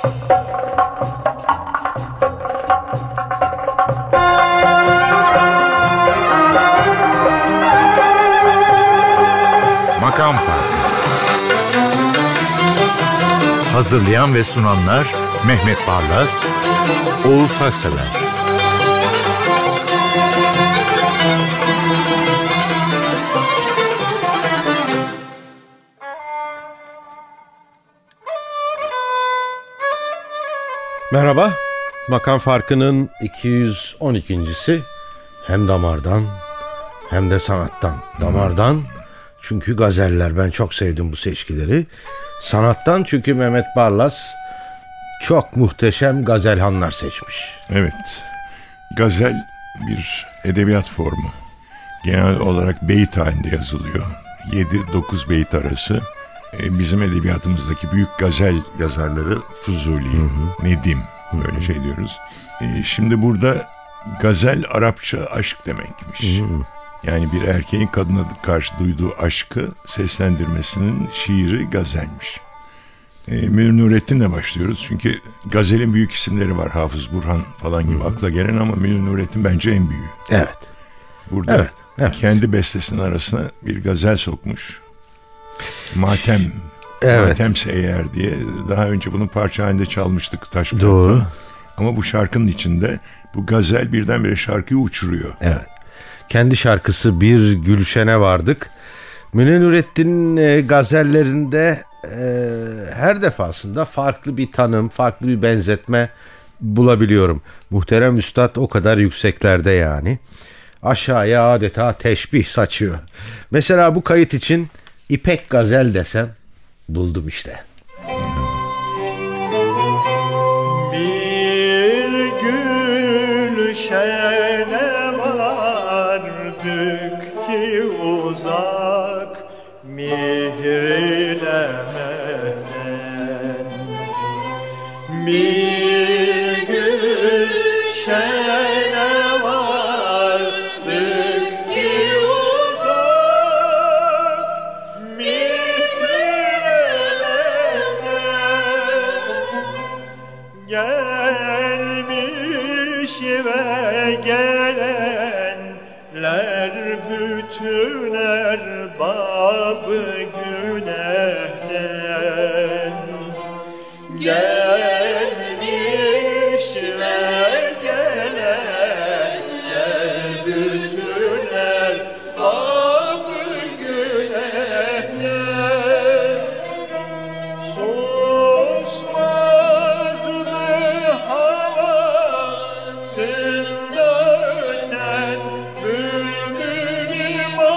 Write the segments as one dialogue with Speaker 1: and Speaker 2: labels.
Speaker 1: Makam Farkı. Hazırlayan ve sunanlar Mehmet Barlas, Oğuz Haksever.
Speaker 2: Merhaba, Makam Farkı'nın 212.'si hem damardan hem de sanattan. Damardan çünkü gazeller, ben çok sevdim bu seçkileri. Sanattan çünkü Mehmet Barlas çok muhteşem gazelhanlar seçmiş.
Speaker 3: Evet, gazel bir edebiyat formu. Genel olarak beyit halinde yazılıyor. 7-9 beyit arası. Bizim edebiyatımızdaki büyük gazel yazarları Fuzuli, Nedim, böyle şey diyoruz. Şimdi burada gazel Arapça aşk demekmiş. Yani bir erkeğin kadına karşı duyduğu aşkı seslendirmesinin şiiri gazelmiş. Münir Nurettin'le başlıyoruz. Çünkü gazelin büyük isimleri var. Hafız Burhan falan gibi akla gelen ama Münir Nurettin bence en büyüğü.
Speaker 2: Evet.
Speaker 3: Burada kendi bestesinin arasına bir gazel sokmuş. Matem. Evet. Matemse eğer diye. Daha önce bunu parça halinde çalmıştık Taşpınar'da.
Speaker 2: Doğru.
Speaker 3: Ama bu şarkının içinde bu gazel birdenbire şarkıyı uçuruyor.
Speaker 2: Evet. Kendi şarkısı Bir Gülşen'e vardık. Münir Nurettin'in gazellerinde her defasında farklı bir tanım, farklı bir benzetme bulabiliyorum. Muhterem Üstad o kadar yükseklerde yani. Aşağıya adeta teşbih saçıyor. Mesela bu kayıt için İpek Gazel desem buldum işte.
Speaker 4: Bir gülşene vardık ki uzak mihrilemeden. Bir gülşene vardık ki uzak mihrilemeden. Gelmiş ve gelenler bütün erbab-ı günehden. Gelmiş ve gelenler bütün erbab-ı günehden. Susmaz mı havasında öten bülbül-i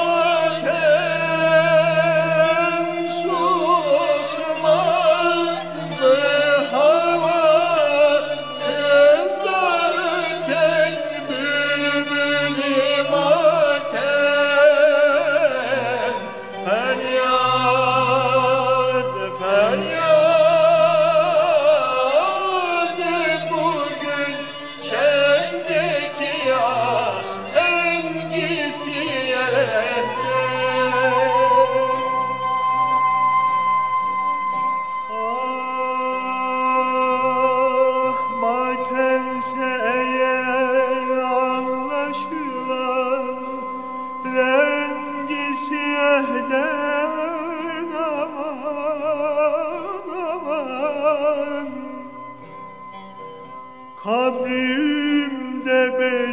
Speaker 4: matem? Susmaz mı havasında öten bülbül-i matem? Feryat, feryat bugün şendeki ahengisiyette. Ah, matemse eğer anlaşılan rengi siyahden aman aman. Kabrimde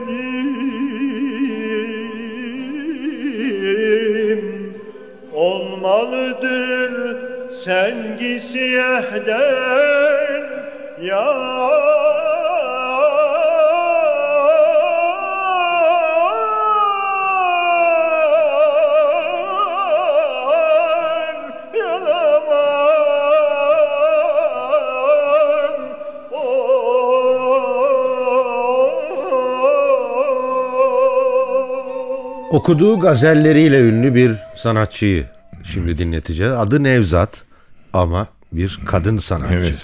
Speaker 4: benim olmalıdır sengi siyahden yar.
Speaker 2: Okuduğu gazelleriyle ünlü bir sanatçıyı şimdi dinleteceğiz. Adı Nevzat ama bir kadın sanatçı.
Speaker 3: Evet.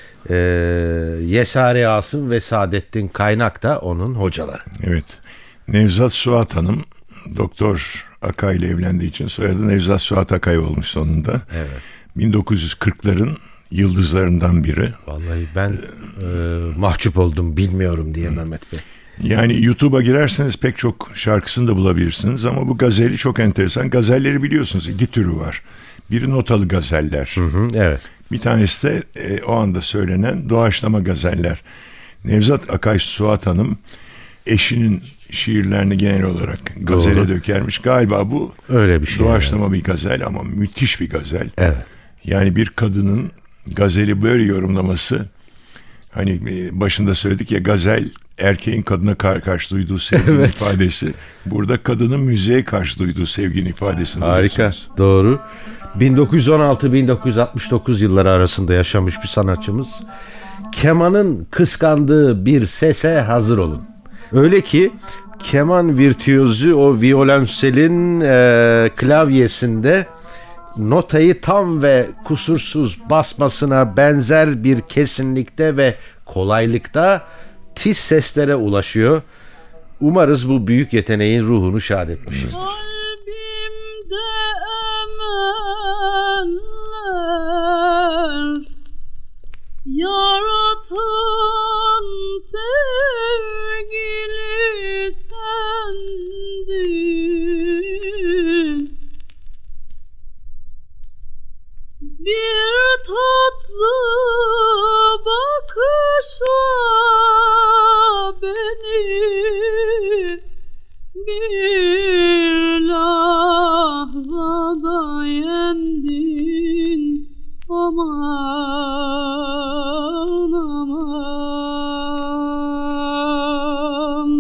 Speaker 2: Yesari Asım ve Saadettin Kaynak da onun hocaları.
Speaker 3: Evet. Nevzat Suat Hanım Doktor Akay ile evlendiği için soyadı Nevzat Suat Akay olmuş sonunda.
Speaker 2: Evet.
Speaker 3: 1940'ların yıldızlarından biri.
Speaker 2: Vallahi ben mahcup oldum, bilmiyorum diye Mehmet Bey.
Speaker 3: Yani YouTube'a girerseniz pek çok şarkısını da bulabilirsiniz ama bu gazeli çok enteresan. Gazelleri biliyorsunuz, iki türü var. Biri notalı gazeller.
Speaker 2: Evet.
Speaker 3: Bir tanesi de o anda söylenen doğaçlama gazeller. Nevzat Akay Suat Hanım eşinin şiirlerini genel olarak gazele dökermiş. Galiba bu
Speaker 2: öyle bir şey.
Speaker 3: Doğaçlama bir gazel ama müthiş bir gazel.
Speaker 2: Evet.
Speaker 3: Yani bir kadının gazeli böyle yorumlaması, hani başında söyledik ya, gazel erkeğin kadına karşı duyduğu sevginin ifadesi. Burada kadının müziğe karşı duyduğu sevginin ifadesini
Speaker 2: harika, doğru. 1916-1969 yılları arasında yaşamış bir sanatçımız. Kemanın kıskandığı bir sese hazır olun. Öyle ki keman virtüözü o violonselin klavyesinde notayı tam ve kusursuz basmasına benzer bir kesinlikte ve kolaylıkta tiz seslere ulaşıyor. Umarız bu büyük yeteneğin ruhunu şad etmişizdir.
Speaker 5: Kalbimde emeller yaratan sevgili sendin. Bir tatlı bakışla beni bir lahzada yendin. Aman aman,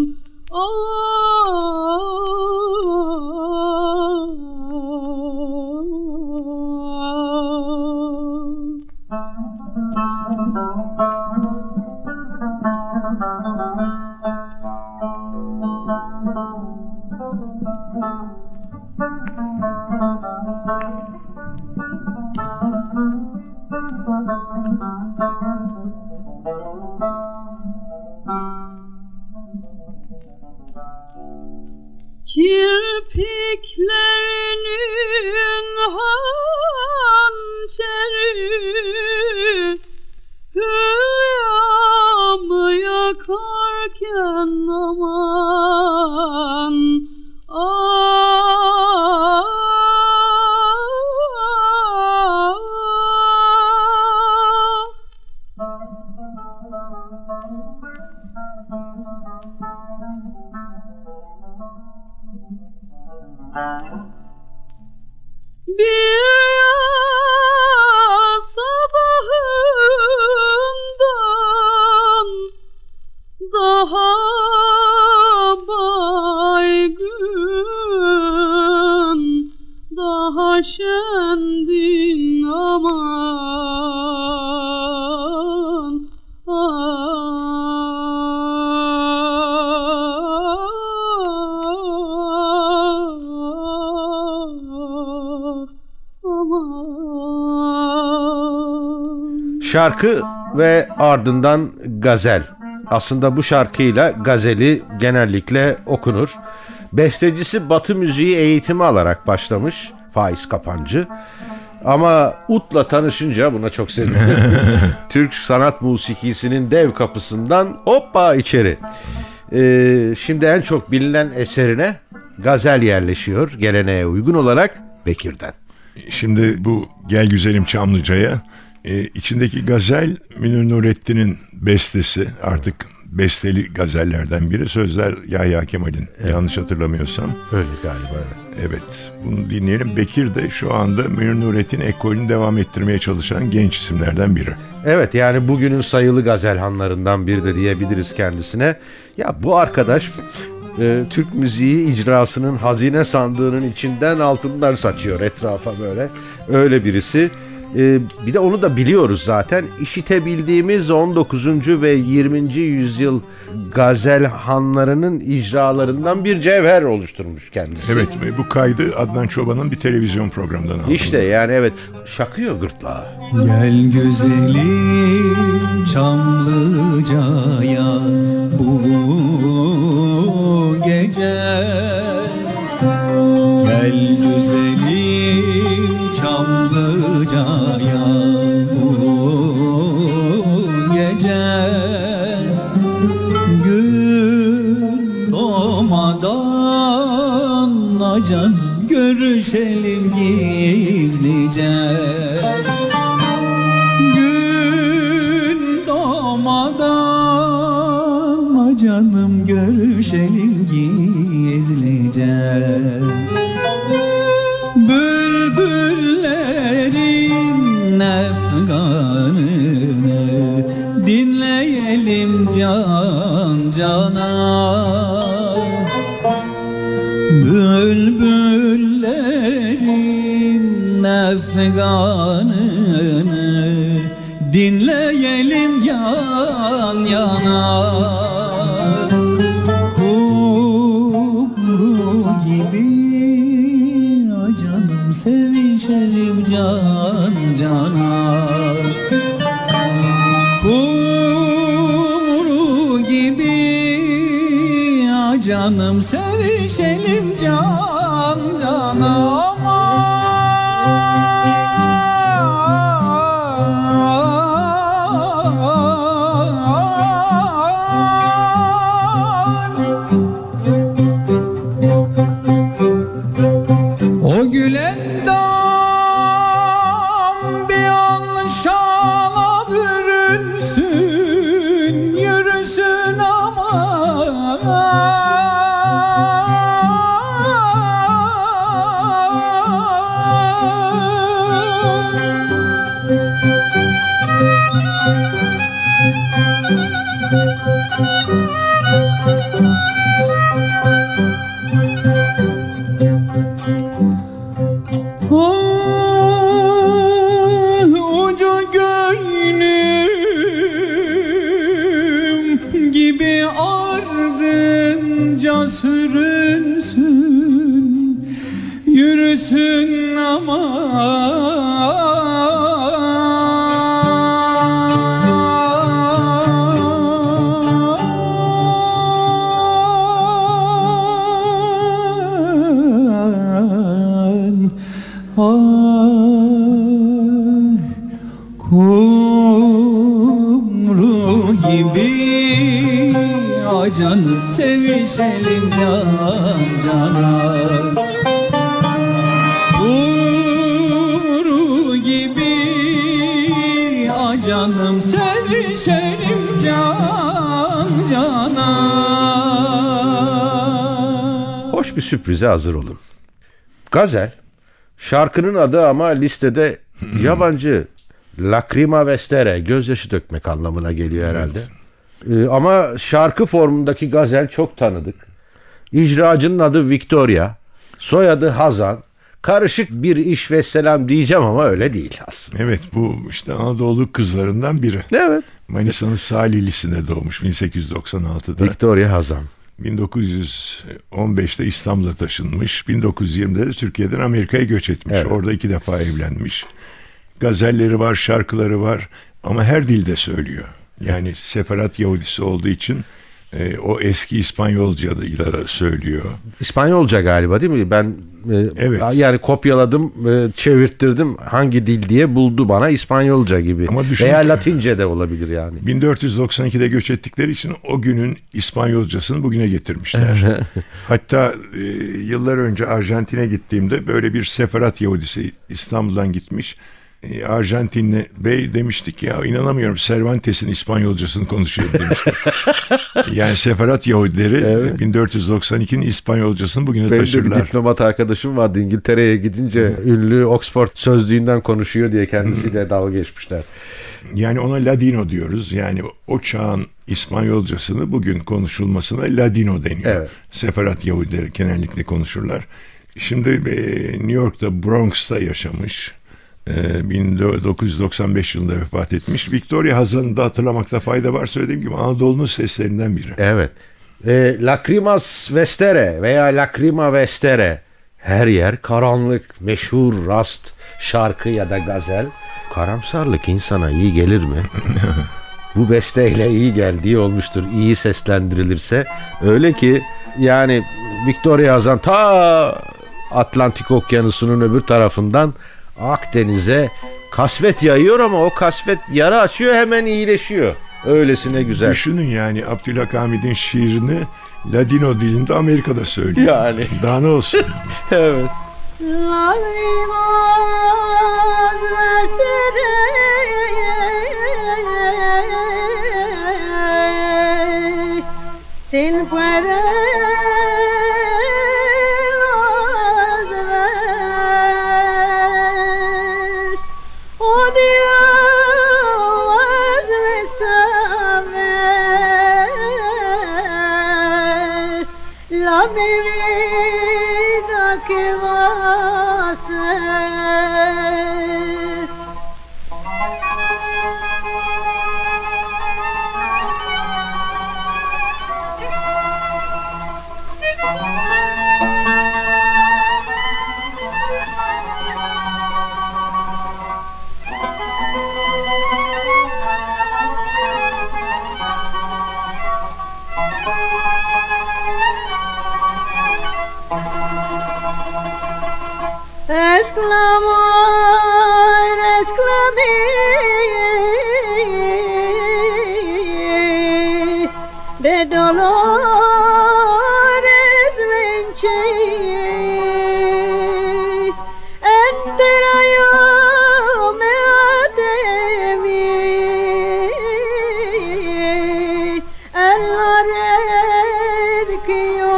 Speaker 5: kirpiklerinin hançeri hülyamı yakarken aman bir yaz sabahından daha baygın, daha şendin aman
Speaker 2: Şarkı ve ardından gazel. Aslında bu şarkıyla gazeli genellikle okunur. Bestecisi Batı müziği eğitimi alarak başlamış Faiz Kapancı. Ama utla tanışınca buna çok sevindim. Türk sanat musikisinin dev kapısından hoppa içeri. Şimdi en çok bilinen eserine gazel yerleşiyor geleneğe uygun olarak Bekir'den.
Speaker 3: Şimdi bu Gel Güzelim Çamlıca'ya içindeki gazel Münir Nurettin'in bestesi, artık besteli gazellerden biri. Sözler Yahya Kemal'in, yanlış hatırlamıyorsam.
Speaker 2: Öyle galiba.
Speaker 3: Evet, bunu dinleyelim. Bekir de şu anda Münir Nurettin ekolünü devam ettirmeye çalışan genç isimlerden biri.
Speaker 2: Evet, yani bugünün sayılı gazelhanlarından biri de diyebiliriz kendisine. Ya bu arkadaş Türk müziği icrasının hazine sandığının içinden altınlar saçıyor etrafa böyle. Öyle birisi. Bir de onu da biliyoruz zaten. İşitebildiğimiz 19. ve 20. yüzyıl gazelhanlarının icralarından bir cevher oluşturmuş kendisi.
Speaker 3: Evet, bu kaydı Adnan Çoban'ın bir televizyon programından aldım.
Speaker 2: İşte yani evet, şakıyor gırtlağı.
Speaker 6: Gel güzelim Çamlıca'ya bu gece, gel güzelim Çamlıca'ya bu canım görüşelim gizlice. Gün doğmadan canım görüşelim gizlice. Bülbüllerin efganını dinleyelim can cana. Bülbüllerin efganını dinleyelim yan yana. Kumru gibi canım sevişelim can cana. Kumru gibi canım sevişelim can cana. O gülen dam bir an şala bürünsün, yürüsün aman. Ucu göğnüm gibi ardınca sürünsün, yürüsün aman. Kumru gibi canım sevişelim can cana. Kumru gibi canım sevişelim can cana.
Speaker 2: Hoş bir sürprize hazır olun. Gazel, şarkının adı ama listede yabancı. Lacrima vestere, gözyaşı dökmek anlamına geliyor herhalde. Ama şarkı formundaki gazel çok tanıdık. İcracının adı Victoria, soyadı Hazan. Karışık bir iş ve selam diyeceğim ama öyle değil aslında.
Speaker 3: Evet, bu işte Anadolu kızlarından biri.
Speaker 2: Evet.
Speaker 3: Manisa'nın Salihli'sinde doğmuş 1896'da.
Speaker 2: Victoria Hazan.
Speaker 3: 1915'te İstanbul'a taşınmış. 1920'de de Türkiye'den Amerika'ya göç etmiş.
Speaker 2: Evet.
Speaker 3: Orada 2 defa evlenmiş. Gazelleri var, şarkıları var ama her dilde söylüyor. Yani Seferat Yahudisi olduğu için o eski İspanyolcayla da söylüyor.
Speaker 2: İspanyolca galiba değil mi? Ben
Speaker 3: Evet.
Speaker 2: yani kopyaladım, çevirttirdim. Hangi dil diye buldu bana İspanyolca gibi.
Speaker 3: Ama düşün
Speaker 2: veya
Speaker 3: ki-
Speaker 2: Latince de olabilir yani.
Speaker 3: 1492'de göç ettikleri için o günün İspanyolcasını bugüne getirmişler. Hatta yıllar önce Arjantin'e gittiğimde böyle bir Seferat Yahudisi İstanbul'dan gitmiş. Arjantinli bey demiştik ya, inanamıyorum Cervantes'in İspanyolcasını konuşuyor demiştik. Yani Seferat Yahudileri 1492'nin İspanyolcasını bugüne
Speaker 2: Benim de bir
Speaker 3: taşırlar.
Speaker 2: diplomat arkadaşım vardı, İngiltere'ye gidince ünlü Oxford sözlüğünden konuşuyor diye kendisiyle dalga geçmişler.
Speaker 3: Yani ona Ladino diyoruz. Yani o çağın İspanyolcasını bugün konuşulmasına Ladino deniyor.
Speaker 2: Evet.
Speaker 3: Seferat Yahudileri genellikle konuşurlar. Şimdi New York'ta Bronx'ta yaşamış. 1995 yılında vefat etmiş. Victoria Hazan'ı da hatırlamakta fayda var. Söylediğim gibi Anadolu'nun seslerinden biri.
Speaker 2: Evet. Lacrimas vestere veya Lacrima vestere. Her yer karanlık, meşhur rast, şarkı ya da gazel. Karamsarlık insana iyi gelir mi? Bu besteyle iyi geldiği olmuştur. İyi seslendirilirse. Öyle ki yani Victoria Hazan ta Atlantik Okyanusu'nun öbür tarafından Akdeniz'e kasvet yayıyor ama o kasvet yara açıyor, hemen iyileşiyor. Öylesine güzel.
Speaker 3: Düşünün yani Abdülhakamid'in şiirini Ladino dilinde Amerika'da söylüyor.
Speaker 2: Yani.
Speaker 3: Daha ne olsun?
Speaker 2: Evet.
Speaker 5: Lágrimas verteré sin poderlos ver. Oh Dios, bésame la mi vida que va a ser. Exclamar, exclamé de dolores vencí. Entera yo me temí en la red que yo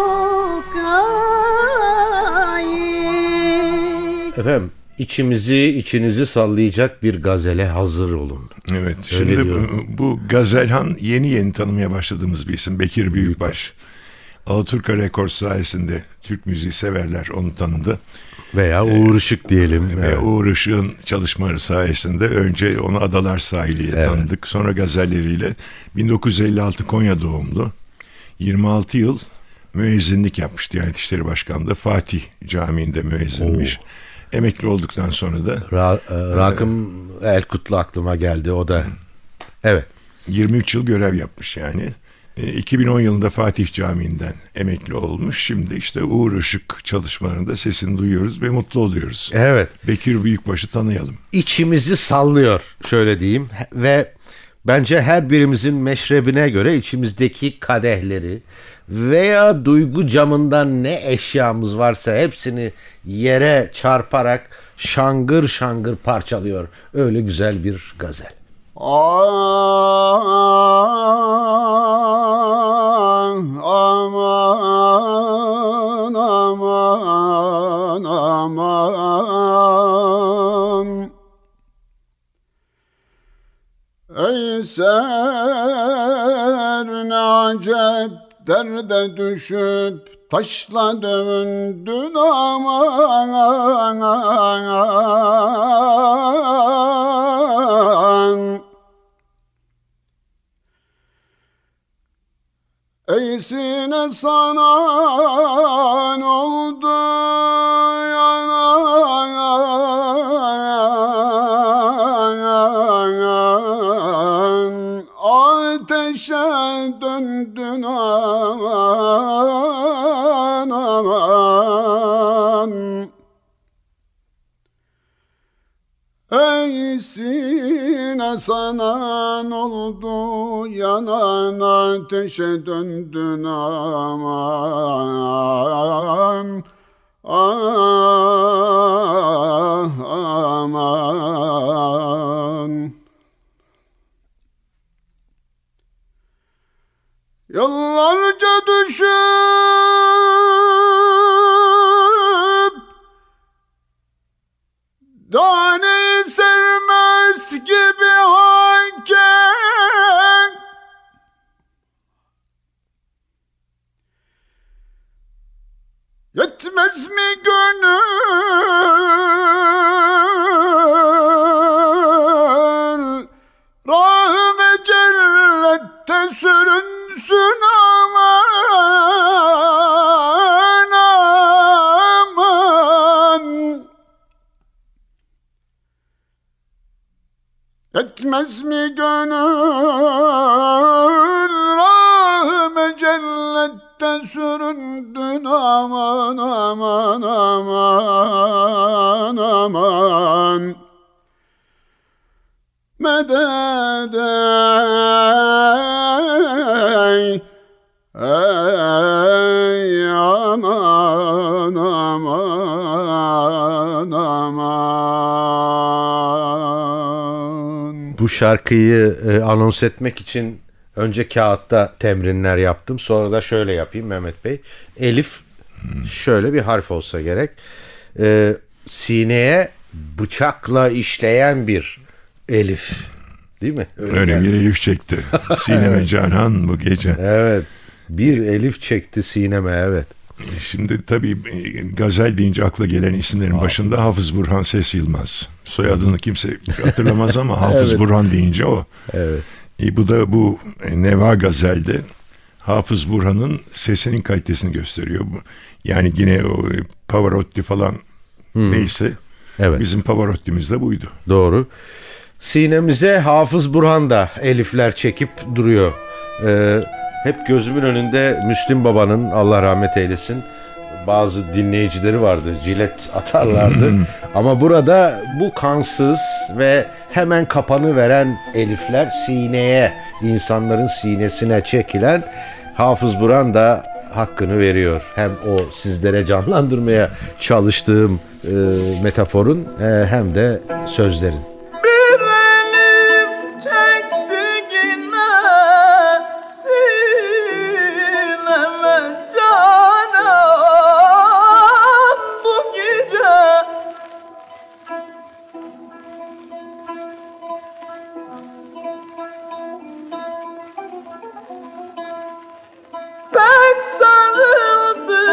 Speaker 5: caí.
Speaker 2: Efendim, içinizi sallayacak bir gazele hazır olun.
Speaker 3: Evet.
Speaker 2: Öyle
Speaker 3: Şimdi
Speaker 2: diyorum.
Speaker 3: bu Gazelhan yeni tanımaya başladığımız bir isim. Bekir Büyükbaş. Alaturka Records sayesinde Türk müziği severler onu tanıdı.
Speaker 2: Veya Uğur Işık diyelim.
Speaker 3: Ve
Speaker 2: Evet.
Speaker 3: Uğur Işık'ın çalışmaları sayesinde önce onu Adalar Sahili'yle tanıdık. Sonra gazelleriyle 1956 Konya doğumlu. 26 yıl müezzinlik yapmış Diyanet İşleri Başkanlığı. Fatih Camii'nde müezzinmiş. Emekli olduktan sonra da
Speaker 2: Rakım Elkutlu aklıma geldi o da. Evet.
Speaker 3: 23 yıl görev yapmış yani. 2010 yılında Fatih Camii'nden emekli olmuş. Şimdi işte Uğur Işık çalışmalarında sesini duyuyoruz ve mutlu oluyoruz.
Speaker 2: Evet.
Speaker 3: Bekir Büyükbaş'ı tanıyalım.
Speaker 2: İçimizi sallıyor şöyle diyeyim ve bence her birimizin meşrebine göre içimizdeki kadehleri veya duygu camından ne eşyamız varsa hepsini yere çarparak şangır şangır parçalıyor. Öyle güzel bir gazel.
Speaker 7: Ah, aman aman aman. Ey ser ne acep derde düşüp taşla dövündün aman. Eysine sana ne oldu yanan, ateşe döndün aman aman. Ey sine sana ne oldu yanan, ateşe döndün aman ah aman. Yıllarca düşüp daneyi sermez gibi hakken, yetmez mi gönül rahime cellette sürünsün aman.
Speaker 2: Bu şarkıyı anons etmek için önce kağıtta temrinler yaptım. Sonra da şöyle yapayım Mehmet Bey. Elif şöyle bir harf olsa gerek. Sineye bıçakla işleyen bir elif. Değil mi?
Speaker 3: Öyle bir elif çekti. Sineme canan bu gece.
Speaker 2: Evet. Bir elif çekti sineme, evet.
Speaker 3: Şimdi tabii gazel deyince akla gelen isimlerin başında Hafız Burhan Ses Yılmaz. Soyadını kimse hatırlamaz ama Hafız
Speaker 2: Evet.
Speaker 3: Burhan deyince o.
Speaker 2: Evet.
Speaker 3: Bu da bu Neva Gazel'de Hafız Burhan'ın sesinin kalitesini gösteriyor. Yani yine o Pavarotti falan neyse
Speaker 2: Evet.
Speaker 3: bizim Pavarotti'miz de buydu.
Speaker 2: Doğru. Sinemize Hafız Burhan da elifler çekip duruyor. Hep gözümün önünde Müslüm Baba'nın, Allah rahmet eylesin, bazı dinleyicileri vardı. Jilet atarlardı. Ama burada bu kansız ve hemen kapanı veren elifler sineye, insanların sinesine çekilen Hafız Burhan da hakkını veriyor. Hem o sizlere canlandırmaya çalıştığım metaforun hem de sözlerin.
Speaker 5: Bir elif çekti yine sineme canan bu gece. Pek sarıldı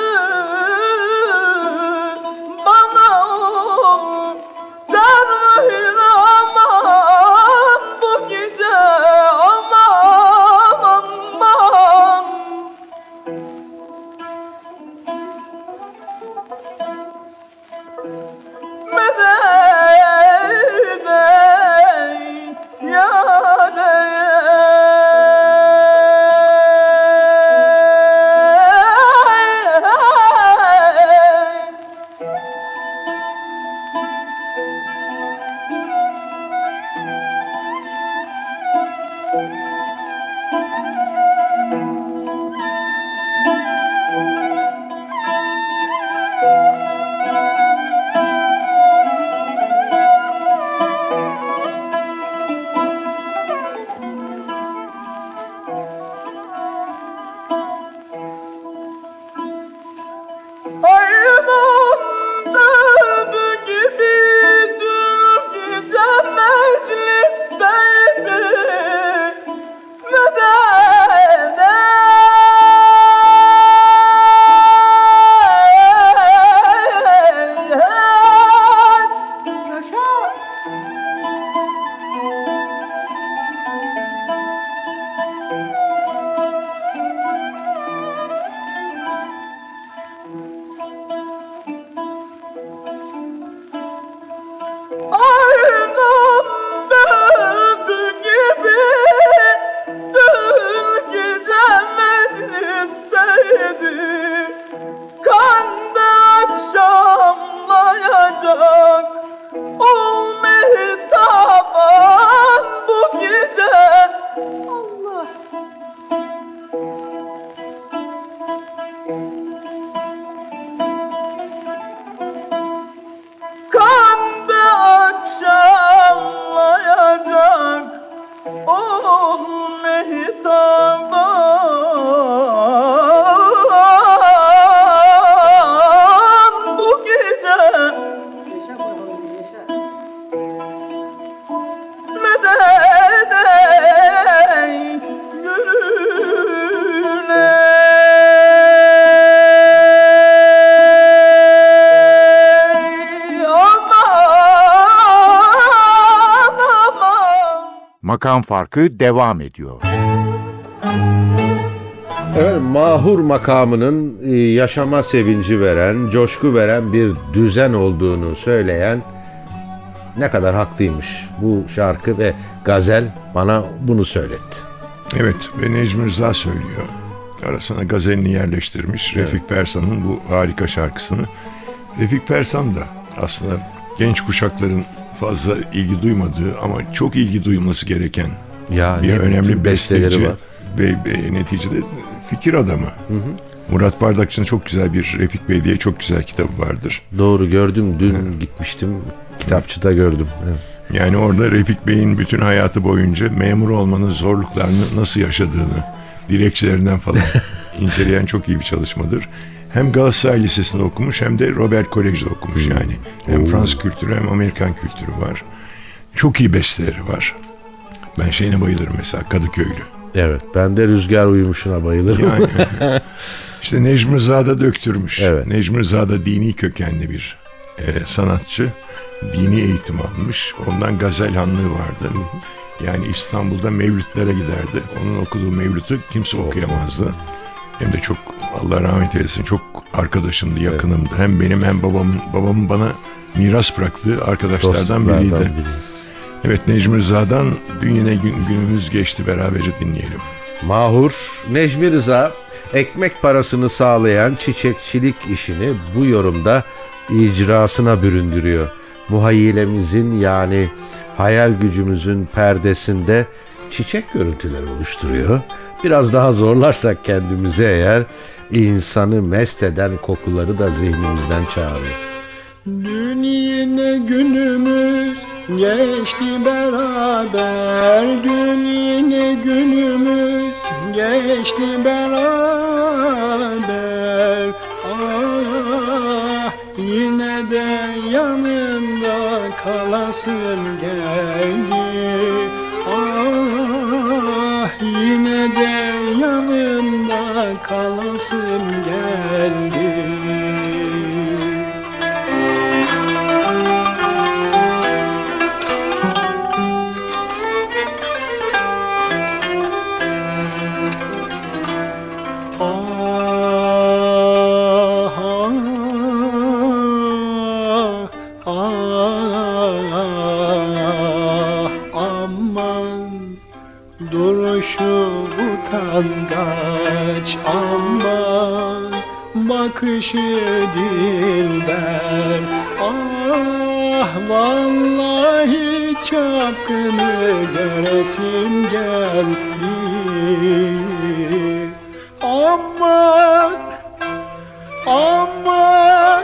Speaker 5: bana o sarmayın aman bu gece, aman aman. Medet ya ayımın döndü gibi dün gece meclisteydi ve de ayımın döndü gibi dün gece meclisteydi. Kanda akşamlayacak ol mehtaban bu gece. Allah. Kanda akşamlayacak ol mehtaban bu gece. Medet ey gülüney, aman aman.
Speaker 1: Makam Farkı devam ediyor.
Speaker 2: Evet, mahur makamının yaşama sevinci veren, coşku veren bir düzen olduğunu söyleyen ne kadar haklıymış bu şarkı ve gazel bana bunu söyletti.
Speaker 3: Evet ve Necmi Rıza söylüyor. Arasına gazelini yerleştirmiş Refik Persan'ın bu harika şarkısını. Refik Persan da aslında genç kuşakların fazla ilgi duymadığı ama çok ilgi duyulması gereken
Speaker 2: Ya
Speaker 3: bir
Speaker 2: ne
Speaker 3: önemli
Speaker 2: bütün
Speaker 3: besteci ve neticede fikir adamı. Murat Bardakçı'nın çok güzel bir Refik Bey diye çok güzel kitabı vardır.
Speaker 2: Doğru, gördüm, dün gitmiştim kitapçıda gördüm. Evet.
Speaker 3: Yani orada Refik Bey'in bütün hayatı boyunca memur olmanın zorluklarını nasıl yaşadığını, dilekçelerinden falan inceleyen çok iyi bir çalışmadır. Hem Galatasaray Lisesi'nde okumuş hem de Robert Kolej'de okumuş yani. Hem Fransız kültürü hem Amerikan kültürü var. Çok iyi besteleri var. Ben şeyine bayılırım mesela, Kadıköylü.
Speaker 2: Evet, ben de Rüzgar Uyumuş'una bayılırım.
Speaker 3: Yani işte Necmi Rıza da döktürmüş.
Speaker 2: Evet.
Speaker 3: Necmi Rıza da dini kökenli bir sanatçı. Dini eğitim almış. Ondan gazelhanlığı vardı. Yani İstanbul'da mevlütlere giderdi. Onun okuduğu mevlütü kimse okuyamazdı. Hem de çok, Allah rahmet eylesin, çok arkadaşımdı, yakınımdı. Evet. Hem benim hem babamın bana miras bıraktığı arkadaşlardan biriydi. Evet, Necmi Rıza'dan Dün Yine Günümüz Geçti beraberce dinleyelim.
Speaker 2: Mahur Necmi Rıza ekmek parasını sağlayan çiçekçilik işini bu yorumda icrasına büründürüyor. Muhayyilemizin yani hayal gücümüzün perdesinde çiçek görüntüleri oluşturuyor. Biraz daha zorlarsak kendimize eğer insanı mest eden kokuları da zihnimizden çağırıyor.
Speaker 8: Dün yine günümüz geçti beraber, dün yine günümüz geçti beraber. Ah, yine de yanında kalasım geldi. Ah, yine de yanında kalasım geldi. Duruşu utangaç, aman bakışı dilber. Ah, vallahi çapkını göresim geldi. Aman, aman,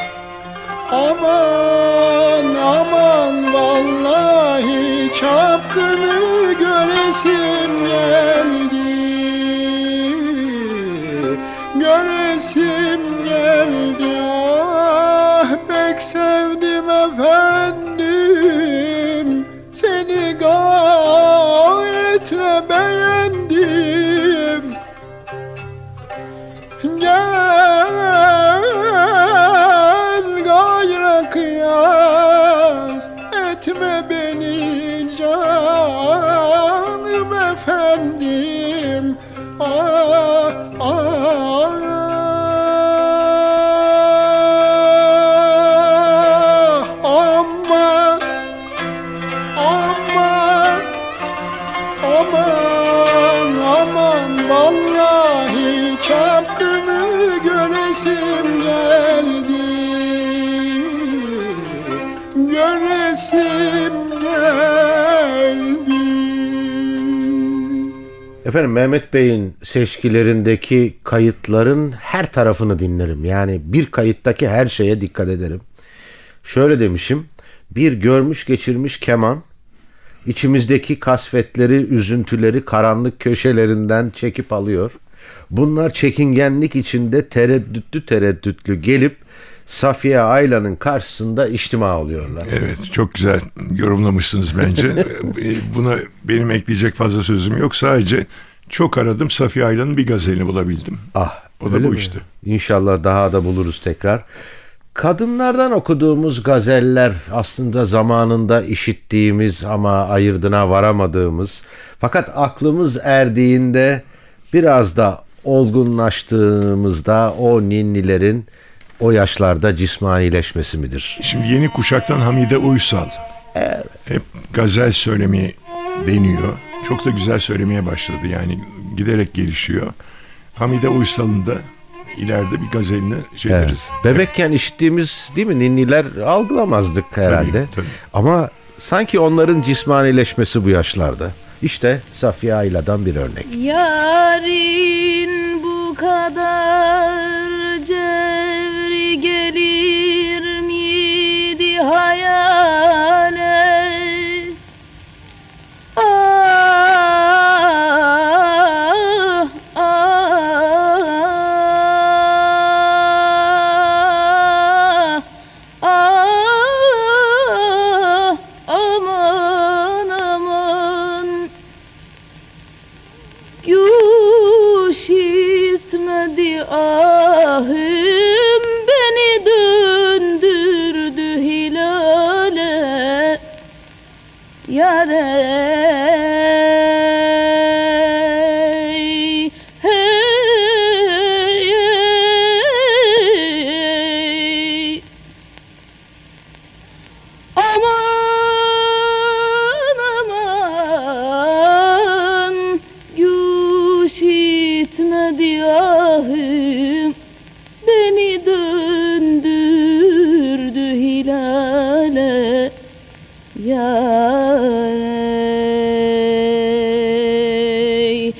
Speaker 8: aman, aman, vallahi çapkını göresim geldi, göresim geldi. Ah, pek sevdim efendim, seni gayetle beğendim. Gel gayrı kıyas etme beni canım efendim. Ah, ah, aman, aman, aman, aman, vallahi çapkını göresim geldi, göresim geldi.
Speaker 2: Efendim, Mehmet Bey'in seçkilerindeki kayıtların her tarafını dinlerim. Yani bir kayıttaki her şeye dikkat ederim. Şöyle demişim: bir görmüş geçirmiş keman, içimizdeki kasvetleri, üzüntüleri karanlık köşelerinden çekip alıyor. Bunlar çekingenlik içinde tereddütlü gelip Safiye Aylan'ın karşısında içtima oluyorlar.
Speaker 3: Evet, çok güzel yorumlamışsınız bence. Buna benim ekleyecek fazla sözüm yok. Sadece çok aradım, Safiye Aylan'ın bir gazelini bulabildim.
Speaker 2: Ah,
Speaker 3: o da bu işte.
Speaker 2: İnşallah daha da buluruz tekrar. Kadınlardan okuduğumuz gazeller aslında zamanında işittiğimiz ama ayırdına varamadığımız, fakat aklımız erdiğinde biraz da olgunlaştığımızda o ninnilerin o yaşlarda cismanileşmesi midir?
Speaker 3: Şimdi yeni kuşaktan Hamide Uysal.
Speaker 2: Evet.
Speaker 3: Hep gazel söylemeyi deniyor. Çok da güzel söylemeye başladı. Yani giderek gelişiyor. Hamide Uysal'ın da ileride bir gazelini deriz.
Speaker 2: Bebekken işittiğimiz değil mi ninniler algılamazdık herhalde.
Speaker 3: Tabii.
Speaker 2: Ama sanki onların cismanileşmesi bu yaşlarda. İşte Safiye Ayla'dan bir örnek.
Speaker 5: Yarın bu kadar cevri gelir miydi hayale? işitmedi ahım, beni döndürdü hilale. Yâre beni döndürdü hilale. Yârey,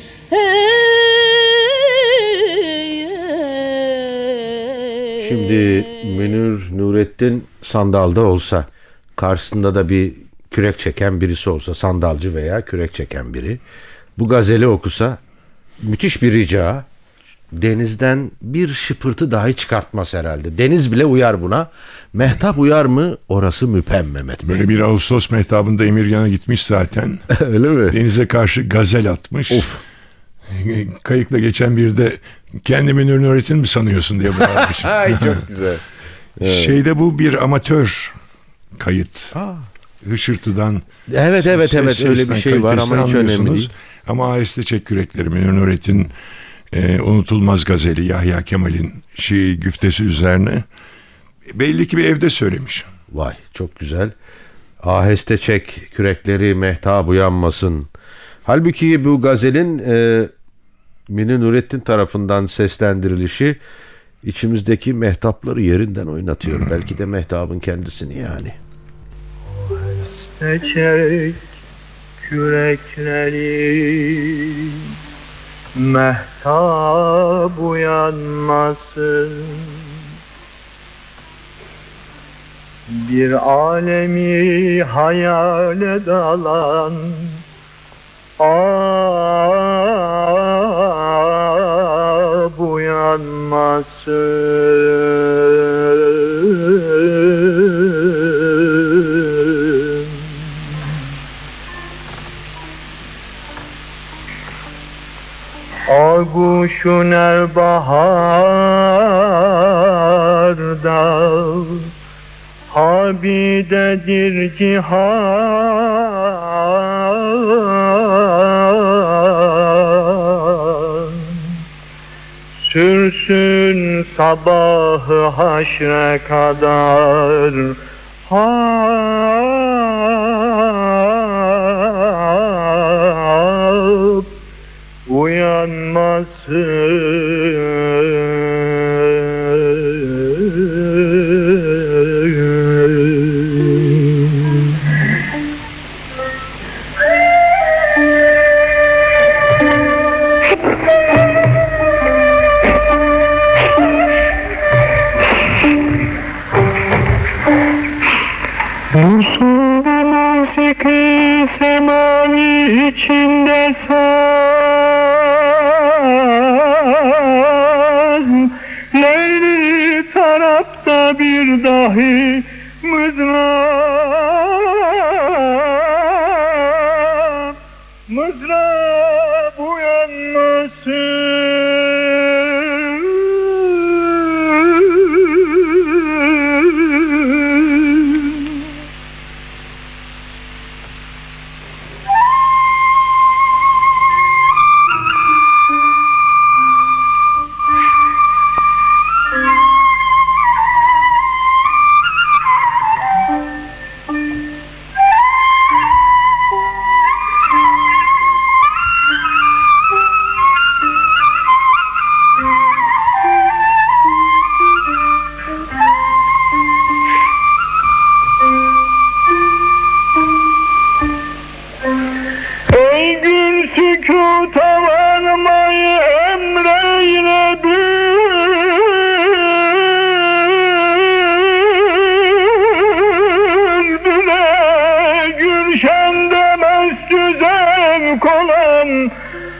Speaker 2: Şimdi Münir Nurettin sandalda olsa, karşısında da bir kürek çeken birisi olsa, sandalcı veya kürek çeken biri, bu gazeli okusa, müthiş bir rica, denizden bir şıpırtı dahi çıkartmaz herhalde. Deniz bile uyar buna. Mehtap uyar mı? Orası müpem Mehmet Bey.
Speaker 3: Böyle bir Ağustos mehtabında Emirgan'a gitmiş zaten.
Speaker 2: Öyle mi?
Speaker 3: Denize karşı gazel atmış.
Speaker 2: Of.
Speaker 3: Kayıkla geçen bir de kendi Münir Nurettin mi sanıyorsun diye bağırmış.
Speaker 2: Ay çok güzel. Evet.
Speaker 3: Şeyde bu bir amatör kayıt. Hışırtıdan.
Speaker 2: Evet öyle bir şey var ama hiç önemli değil.
Speaker 3: Ama aheste çek kürekleri Münir Nurettin unutulmaz gazeli Yahya Kemal'in güftesi üzerine belli ki bir evde söylemiş.
Speaker 2: Vay çok güzel. Aheste çek kürekleri mehtap uyanmasın. Halbuki bu gazelin Münir Nurettin tarafından seslendirilişi içimizdeki mehtapları yerinden oynatıyor. Belki de mehtabın kendisini yani.
Speaker 4: Çek kürekleri mehtap uyanmasın, bir alemi hayale dalan uyanmasın. Aguşun erbaharda habidedir cihan, sürsün sabahı haşre kadar uyanmasın. Musul musiki semani içinde saz, Leyli tarafta bir dahi mızrap, mızrap uyanmasın. Sükuta varmayı emreyle bülbüle, Gülşen'de mescü zevk olan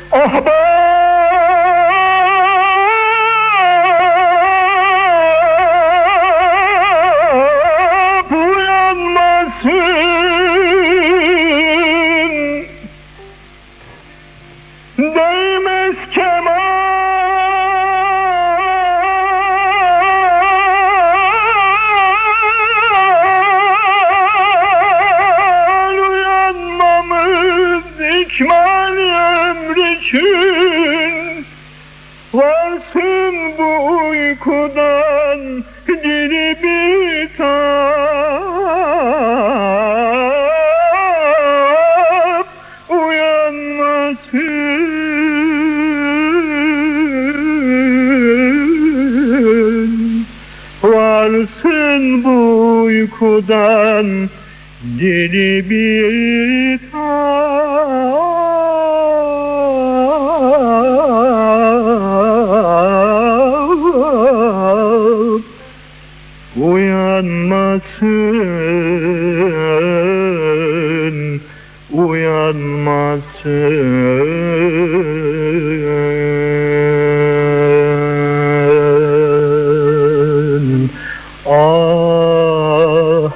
Speaker 4: ahbap uyanmasın. Değmez kemal gün varsın bu uykudan diri bir tap uyanmasın. Varsın bu uykudan diri bir tap uyanmasın, uyanmasın. Ah,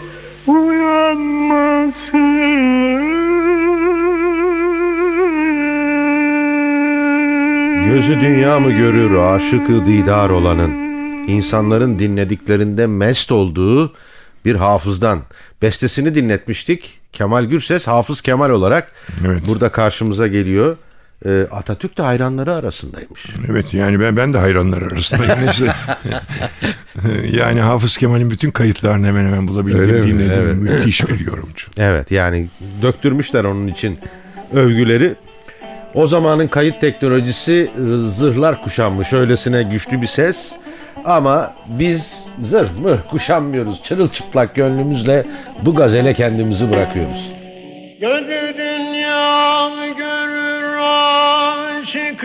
Speaker 4: uyanmasın.
Speaker 2: Gözü dünya mı görür aşık-ı didar olanın? İnsanların dinlediklerinde mest olduğu bir hafızdan bestesini dinletmiştik. Kemal Gürses Hafız Kemal olarak burada karşımıza geliyor. Atatürk de hayranları arasındaymış.
Speaker 3: Evet, yani ben de hayranlar arasındayım. Neyse. Yani Hafız Kemal'in bütün kayıtlarını hemen hemen bulabildiğim, dinlediğim evet. Müthiş bir yorumcu.
Speaker 2: Evet, yani döktürmüşler onun için övgüleri. O zamanın kayıt teknolojisi zırhlar kuşanmış, öylesine güçlü bir ses. Ama biz zırh mı kuşanmıyoruz. Çırılçıplak gönlümüzle bu gazele kendimizi bırakıyoruz.
Speaker 8: Gözü dünya görür aşık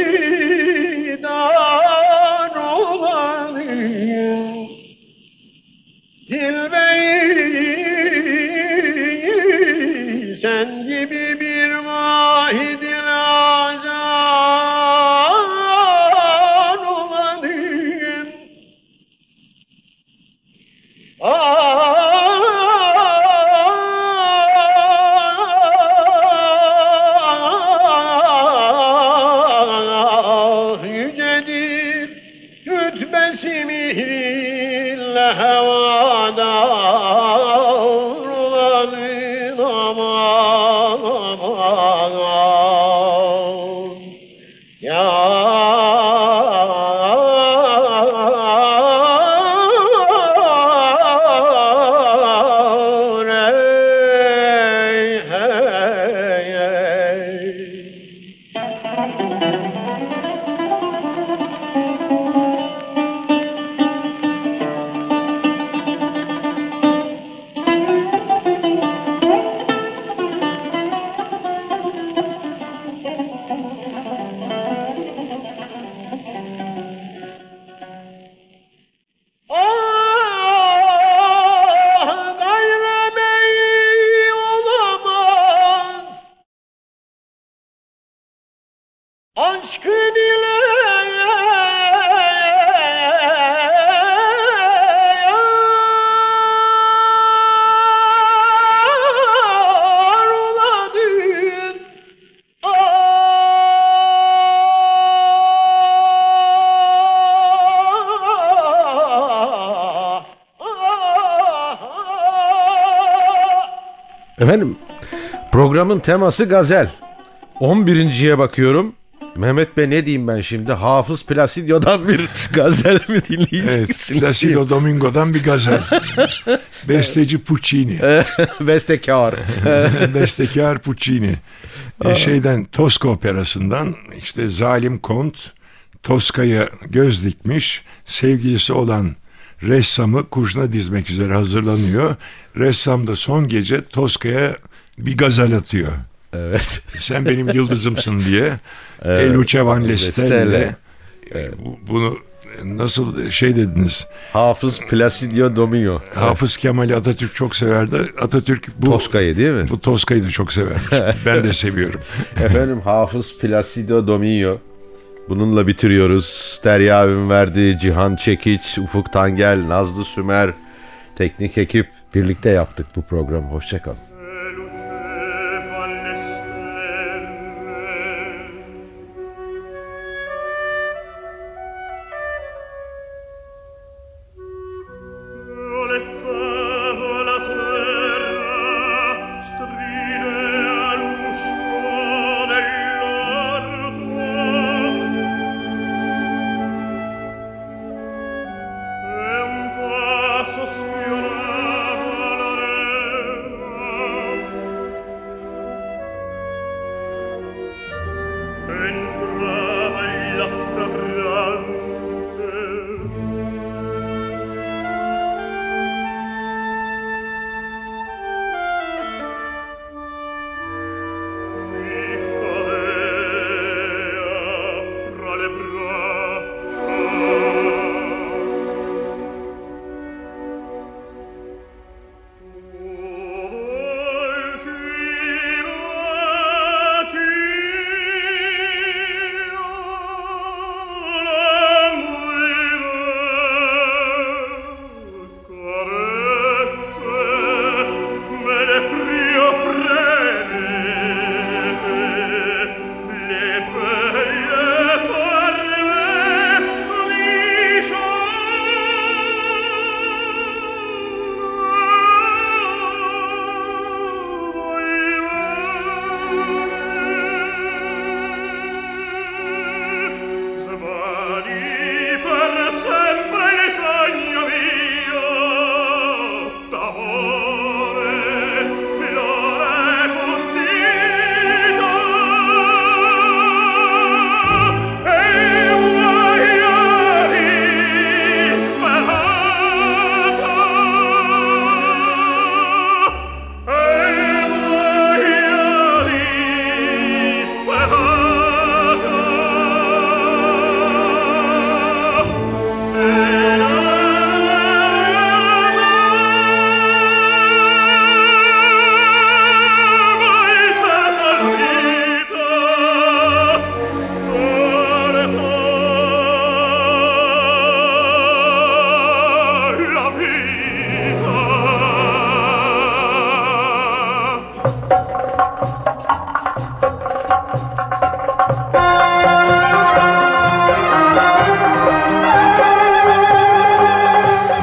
Speaker 8: didar olanı, Dilbeyi sen gibi bir vahid-i azan olanın. Yücedir rütbesi mihrinle havadar olanın aman ya. Aşkın ile aruladın.
Speaker 2: Efendim, programın teması gazel. 11.'ye bakıyorum. Mehmet Bey, ne diyeyim ben şimdi? Hafız Placidio'dan bir gazel mi dinleyeceksiniz?
Speaker 3: Evet, Placido Domingo'dan bir gazel. Besteci Puccini.
Speaker 2: Bestekar.
Speaker 3: Bestekar Puccini. Şeyden, Tosca operasından, işte zalim kont Tosca'ya göz dikmiş, sevgilisi olan ressamı kurşuna dizmek üzere hazırlanıyor. Ressam da son gece Tosca'ya bir gazel atıyor.
Speaker 2: Evet.
Speaker 3: Sen benim yıldızımsın diye. Evet. Luce Van Lestelle. Evet. Bunu nasıl şey dediniz?
Speaker 2: Hafız Placidio Domingo.
Speaker 3: Hafız Kemal'i Atatürk çok severdi. Atatürk bu
Speaker 2: Tosca'yı değil mi?
Speaker 3: Bu Tosca'yı da çok sever. Ben de seviyorum.
Speaker 2: Efendim, Hafız Placidio Domingo. Bununla bitiriyoruz. Derya Ünverdi, Cihan Çekiç, Ufuk Tangel, Nazlı Sümer, teknik ekip birlikte yaptık bu programı. Hoşçakalın.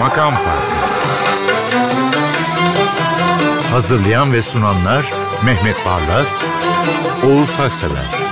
Speaker 1: Makam Farkı. Hazırlayan ve sunanlar Mehmet Barlas, Oğuz Haksever.